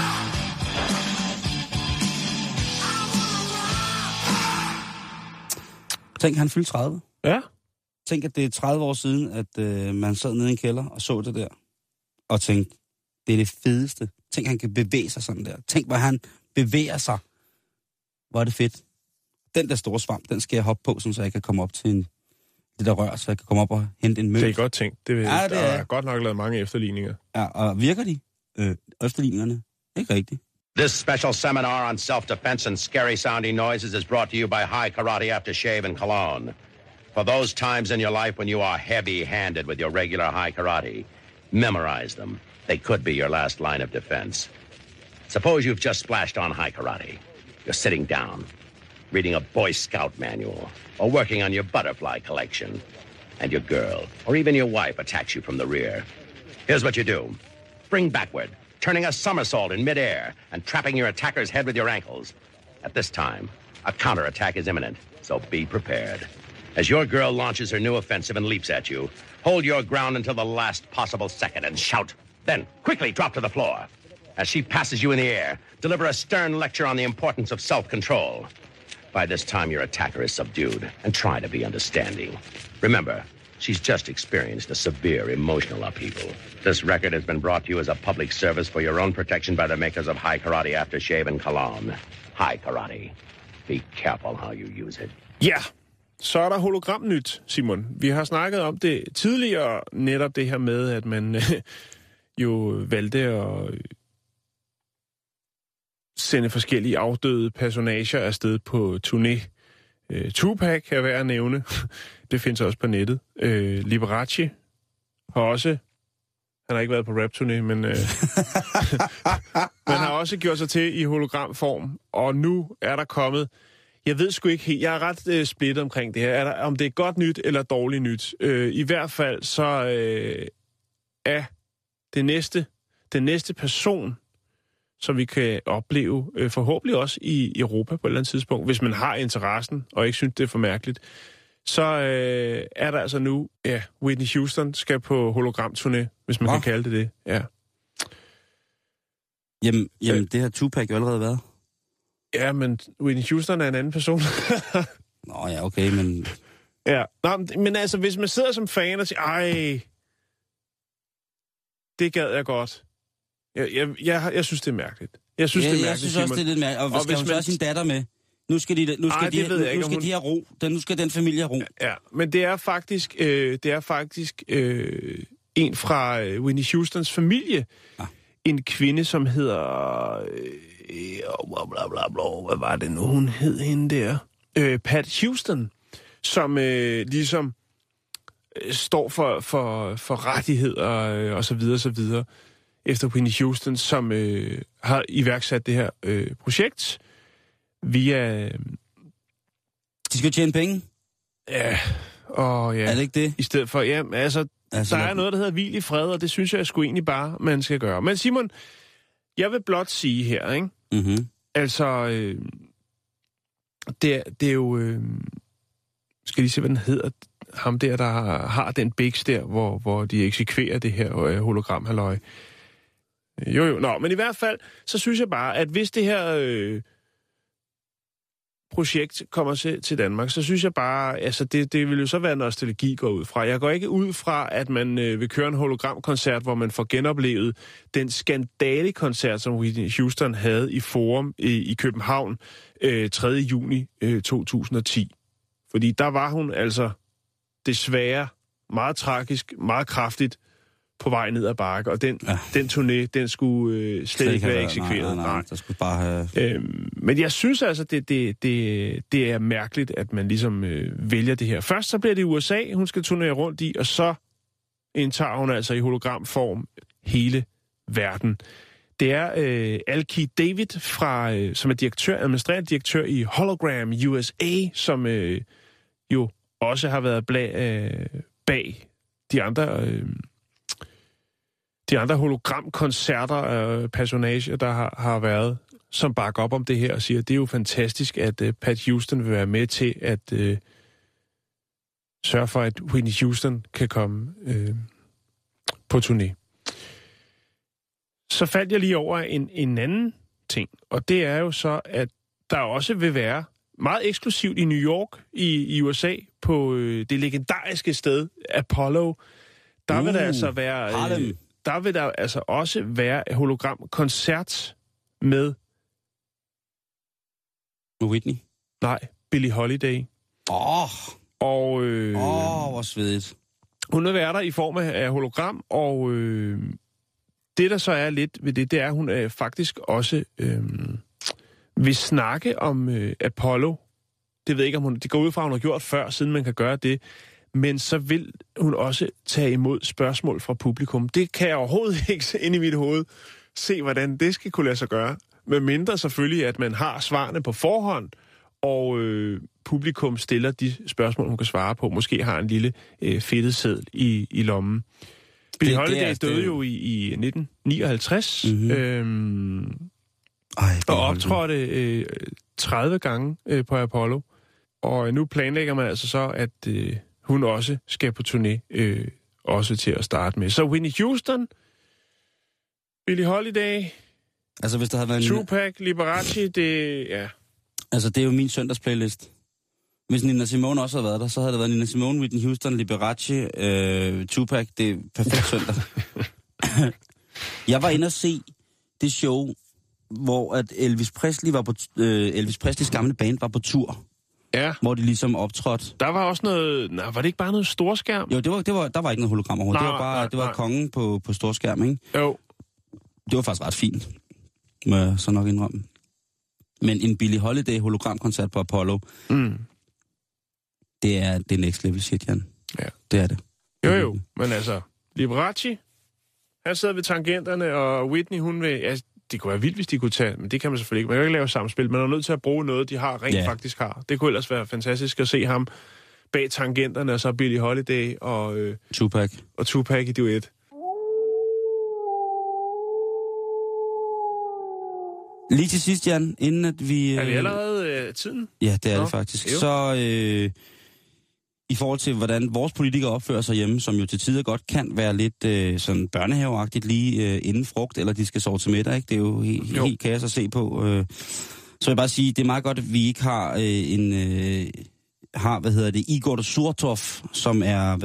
Tænk, han fyldte 30. Ja. Tænk, at det er 30 år siden, at man sad nede i en kælder og så det der. Og tænkte, det er det fedeste. Tænk, han kan bevæge sig sådan der. Tænk, hvor han bevæger sig. Hvor er det fedt. Den der store svamp, den skal jeg hoppe på, så jeg kan komme op til en lille rør, så jeg kan komme op og hente en mønt. Det er godt tænkt. Der er godt nok lavet mange efterligninger. Ja, og virker de? Efterligningerne? Ikke rigtigt. This special seminar on self-defense and scary-sounding noises is brought to you by High Karate Aftershave and Cologne. For those times in your life when you are heavy-handed with your regular High Karate, memorize them. They could be your last line of defense. Suppose you've just splashed on High Karate. You're sitting down, reading a Boy Scout manual, or working on your butterfly collection, and your girl, or even your wife, attacks you from the rear. Here's what you do. Spring backward, turning a somersault in midair, and trapping your attacker's head with your ankles. At this time, a counterattack is imminent, so be prepared. As your girl launches her new offensive and leaps at you, hold your ground until the last possible second and shout. Then, quickly drop to the floor. As she passes you in the air, deliver a stern lecture on the importance of self-control. By this time, your attacker is subdued, and try to be understanding. Remember, She's just experienced a severe emotional upheaval. This record has been brought to you as a public service for your own protection by the makers of High Karate Aftershave and Cologne. High Karate. Be careful how you use it. Ja, så er der hologramnyt, Simon. Vi har snakket om det tidligere, netop det her med, at man jo valgte at sende forskellige afdøde personager afsted på turné. Tupac kan være at nævne. Det findes også på nettet. Liberace har også... Han har ikke været på rap-turné, men man har også gjort sig til i hologramform. Og nu er der kommet... Jeg ved sgu ikke helt... Jeg er ret splittet omkring det her. Om det er godt nyt eller dårligt nyt. I hvert fald så er den næste person, som vi kan opleve, forhåbentlig også i Europa på et eller andet tidspunkt, hvis man har interessen, og ikke synes, det er for mærkeligt, så er der altså nu, Whitney Houston skal på hologramturné, hvis man kan kalde det, ja. Jamen det har Tupac jo allerede været. Ja, men Whitney Houston er en anden person. Nå ja, okay, men... Ja, men altså, hvis man sidder som fan og siger, ej, det gad jeg godt. Jeg synes, det er mærkeligt. Jeg synes også, det er lidt mærkeligt. Og skal hun så have sin datter med? Nu skal de have ro. Nu skal den familie have ro. Ja, men det er faktisk en fra Whitney Houstons familie. En kvinde, som hedder... hvad var det nu, hun hed hende der? Pat Houston, som ligesom står for rettigheder og så videre, efter Whitney Houston, som har iværksat det her projekt via... De skal tjene penge? Ja, Er det ikke det? I stedet for, ja, altså der er noget, der hedder hvil i fred, og det synes jeg sgu egentlig bare, man skal gøre. Men Simon, jeg vil blot sige her, ikke? Mm-hmm. Altså, det er jo... skal lige se, hvad den hedder? Ham der har den biks der, hvor de eksekverer det her hologramhalløj. Jo. Nå, men i hvert fald, så synes jeg bare, at hvis det her projekt kommer til Danmark, så synes jeg bare, altså det vil jo så være nostalgi går ud fra. Jeg går ikke ud fra, at man vil køre en hologramkoncert, hvor man får genoplevet den skandalekoncert, som Whitney Houston havde i Forum i København 3. juni 2010. Fordi der var hun altså desværre meget tragisk, meget kraftigt på vej ned ad bakke, og den turné, den skulle slet ikke være eksekveret. Nej. Der skulle bare have... Men jeg synes altså, det er mærkeligt, at man ligesom vælger det her. Først så bliver det USA, hun skal turnere rundt i, og så indtager hun altså i hologramform hele verden. Det er Alki David, som er administrerende direktør i Hologram USA, som jo også har været bag de andre hologramkoncerter, personager, der har været, som bakker op om det her og siger, at det er jo fantastisk, at Pat Houston vil være med til at sørge for, at Whitney Houston kan komme på turné. Så faldt jeg lige over en anden ting, og det er jo så, at der også vil være meget eksklusivt i New York i USA, på det legendariske sted Apollo, der vil der altså være... Der vil der altså også være hologramkoncert med... Whitney? Nej, Billie Holiday. Og... hvor svedigt. Hun vil være der i form af hologram, og det, der så er lidt ved det, det er, at hun faktisk også vil snakke om Apollo. Det ved jeg ikke, om det går ud fra, hun har gjort før, siden man kan gøre det. Men så vil hun også tage imod spørgsmål fra publikum. Det kan jeg overhovedet ikke ind i mit hoved se, hvordan det skal kunne lade sig gøre. Med mindre selvfølgelig, at man har svarene på forhånd, og publikum stiller de spørgsmål, hun kan svare på. Måske har en lille fedtet seddel i lommen. Billie Holiday døde jo i 1959, og optrådte 30 gange på Apollo. Og nu planlægger man altså så, at... hun også skal på turné, også til at starte med. Så Whitney Houston, Billie Holiday, altså, hvis der havde været Tupac, Liberace, det... Ja. Altså, det er jo min søndagsplaylist. Hvis Nina Simone også havde været der, så havde det været Nina Simone, Whitney Houston, Liberace, Tupac. Det er perfekt søndag. Jeg var inde og se det show, hvor at Elvis Presleys gamle band var på tur. Ja. Hvor de ligesom optrådte. Der var også noget... Nej, var det ikke bare noget storskærm? Jo, der var ikke noget hologram overhovedet. Det var kongen på storskærm, ikke? Jo. Det var faktisk ret fint, må jeg så nok indrømme. Men en Billie Holiday hologramkoncert på Apollo, det er next level shit, Jan. Ja. Det er det. Jo. Men altså, Liberace, han sidder ved tangenterne, og Whitney, hun vil... Altså, det kunne være vildt, hvis de kunne tage... Men det kan man selvfølgelig ikke. Man kan ikke lave samspil. Man er nødt til at bruge noget, de har faktisk har. Det kunne ellers være fantastisk at se ham bag tangenterne, og så Billie Holiday og... Tupac. Og Tupac i duet. Lige til sidst, Jan, inden at vi... Er det allerede tiden? Ja, det er det faktisk. Jo. Så i forhold til, hvordan vores politikere opfører sig hjemme, som jo til tider godt kan være lidt sådan børnehaveagtigt lige inden frugt, eller de skal sove til middag, ikke? Det er jo helt kaos at se på. Så vil jeg bare sige, det er meget godt, at vi ikke har Igor Surtov, som er,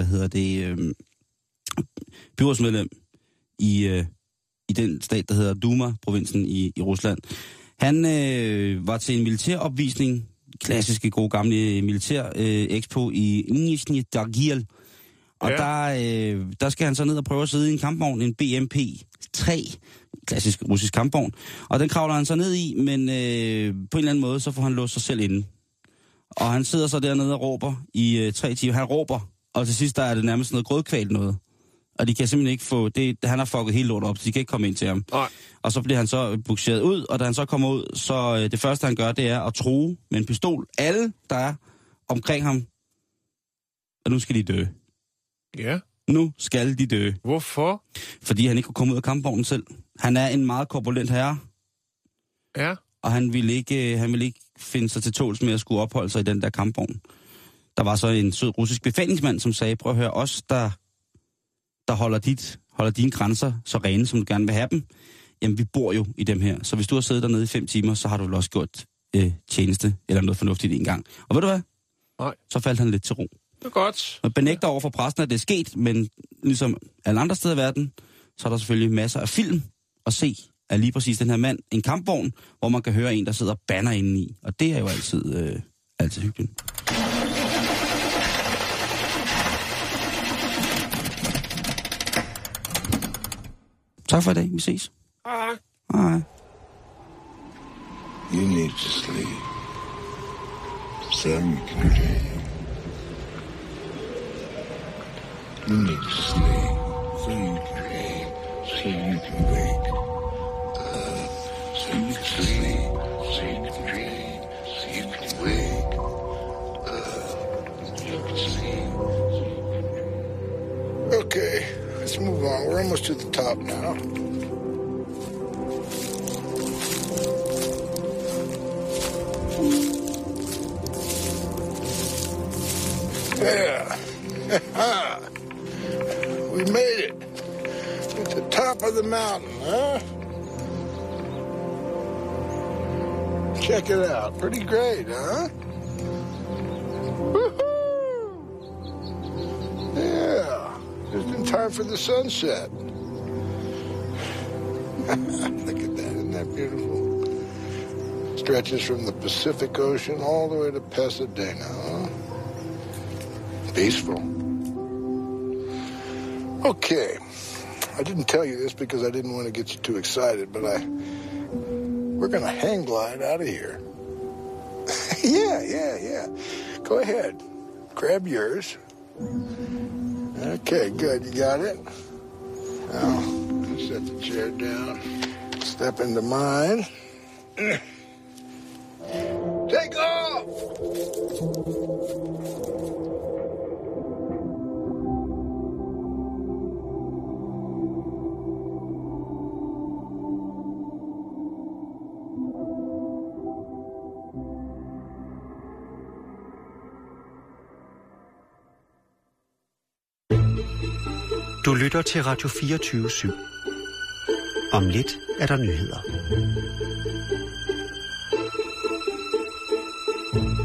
byrådsmedlem i den stat, der hedder Duma-provinsen i Rusland. Han var til en militæropvisning, klassiske gode gamle militær-expo i Nizhny Tagil. Og der skal han så ned og prøve at sidde i en kampvogn, en BMP-3, klassisk russisk kampvogn. Og den kravler han så ned i, men på en eller anden måde, så får han låst sig selv inde. Og han sidder så dernede og råber i 3 timer. Han råber, og til sidst der er det nærmest noget grødkvalt noget. Og de kan simpelthen ikke få... han har fucket helt lort op, så de kan ikke komme ind til ham. Nej. Og så bliver han så bukseret ud, og da han så kommer ud, så det første, han gør, det er at true med en pistol. Alle, der er omkring ham, og nu skal de dø. Ja. Nu skal de dø. Hvorfor? Fordi han ikke kunne komme ud af kampvognen selv. Han er en meget korpulent herre. Ja. Og han ville ikke finde sig til tåls med at skulle opholde sig i den der kampvogn. Der var så en sød russisk befalingsmand, som sagde, prøv at høre, os, der holder dine grænser så rene, som du gerne vil have dem, jamen vi bor jo i dem her. Så hvis du har siddet dernede i 5 timer, så har du vel også gjort tjeneste eller noget fornuftigt en gang. Og ved du hvad? Nej. Så faldt han lidt til ro. Det er godt. Man benægter over for præsten, at det er sket, men ligesom alle andre steder i verden, så er der selvfølgelig masser af film at se af lige præcis den her mand. En kampvogn, hvor man kan høre en, der sidder og banner indeni. Og det er jo altid hyggeligt. Tak for i dag. Vi ses. Hej. Hej. You need to sleep. So you can dream. You need to sleep. So you can dream. So you can wake. So you can sleep. So you can dream. So you can wake. You can sleep. Okay, let's move on. We're almost to the top now. Yeah. We made it. At the top of the mountain, huh? Check it out. Pretty great, huh? Woohoo! Yeah. Just in time for the sunset. Look at that. Isn't that beautiful? Stretches from the Pacific Ocean all the way to Pasadena, huh? Peaceful. Okay. I didn't tell you this because I didn't want to get you too excited, but we're going to hang glide out of here. Yeah. Go ahead. Grab yours. Okay, good. You got it? Now, set the chair down. Step into mine. Take off! Du lytter til Radio 24/7. Om lidt er der nyheder.